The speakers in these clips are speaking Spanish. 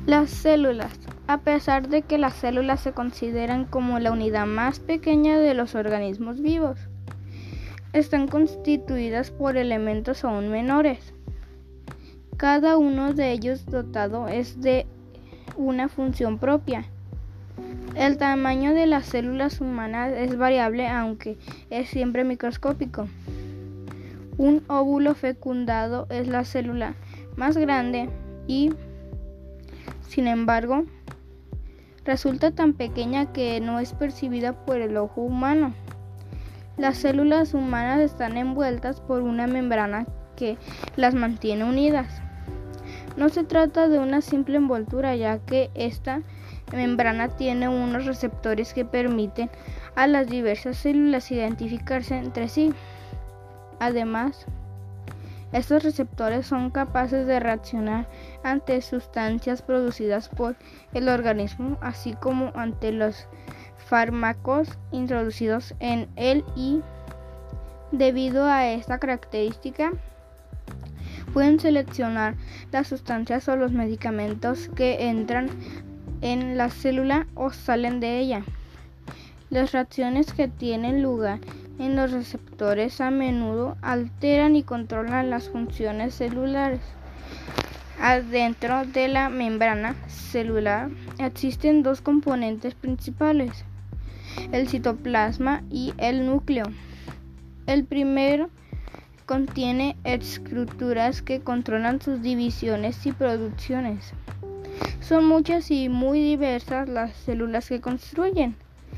Las células. A pesar de que las células se consideran como la unidad más pequeña de los organismos vivos, están constituidas por elementos aún menores. Cada uno de ellos dotado es de una función propia. El tamaño de las células humanas es variable, aunque es siempre microscópico. Un óvulo fecundado es la célula más grande y, sin embargo, resulta tan pequeña que no es percibida por el ojo humano. Las células humanas están envueltas por una membrana que las mantiene unidas. No se trata de una simple envoltura, ya que esta membrana tiene unos receptores que permiten a las diversas células identificarse entre sí. Además, estos receptores son capaces de reaccionar ante sustancias producidas por el organismo, así como ante los fármacos introducidos en él, y debido a esta característica pueden seleccionar las sustancias o los medicamentos que entran en la célula o salen de ella. Las reacciones que tienen lugar en los receptores a menudo alteran y controlan las funciones celulares. Adentro de la membrana celular existen dos componentes principales: el citoplasma y el núcleo. El primero contiene estructuras que controlan sus divisiones y producciones. Son muchas y muy diversas las células que construyen.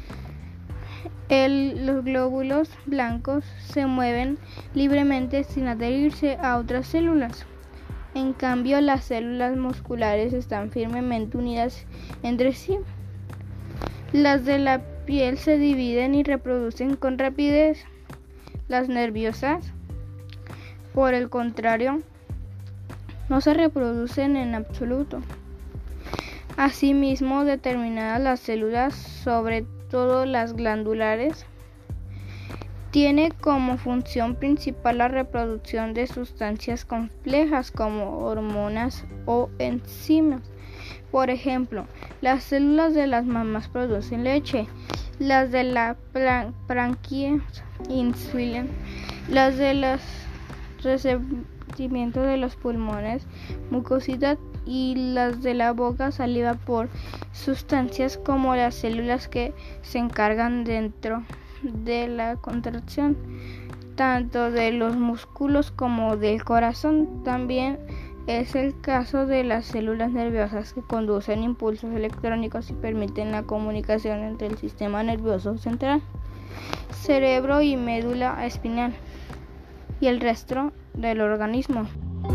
Los glóbulos blancos se mueven libremente sin adherirse a otras células. En cambio, las células musculares están firmemente unidas entre sí. Las de la piel se dividen y reproducen con rapidez. Las nerviosas, por el contrario, no se reproducen en absoluto. Asimismo, determinadas las células, sobre todo las glandulares, tiene como función principal la reproducción de sustancias complejas como hormonas o enzimas. Por ejemplo, las células de las mamas producen leche, las de la branquias insulina, las de los revestimientos de los pulmones mucosidad, y las de la boca saliva por sustancias como las células que se encargan dentro de la contracción tanto de los músculos como del corazón. También es el caso de las células nerviosas, que conducen impulsos electrónicos y permiten la comunicación entre el sistema nervioso central, cerebro y médula espinal y el resto del organismo.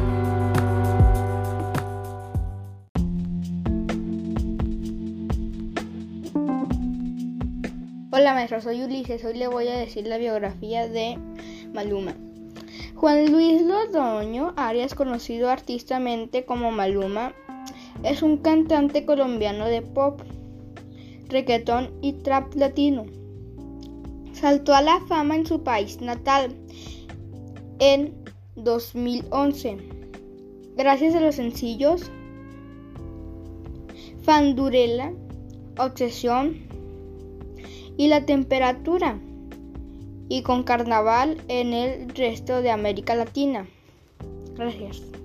Hola maestro, soy Ulises. Hoy le voy a decir la biografía de Maluma. Juan Luis Londoño Arias, conocido artísticamente como Maluma, es un cantante colombiano de pop, reggaetón y trap latino. Saltó a la fama en su país natal en 2011 gracias a los sencillos Fandurela, Obsesión y La Temperatura, y con Carnaval en el resto de América Latina. Gracias.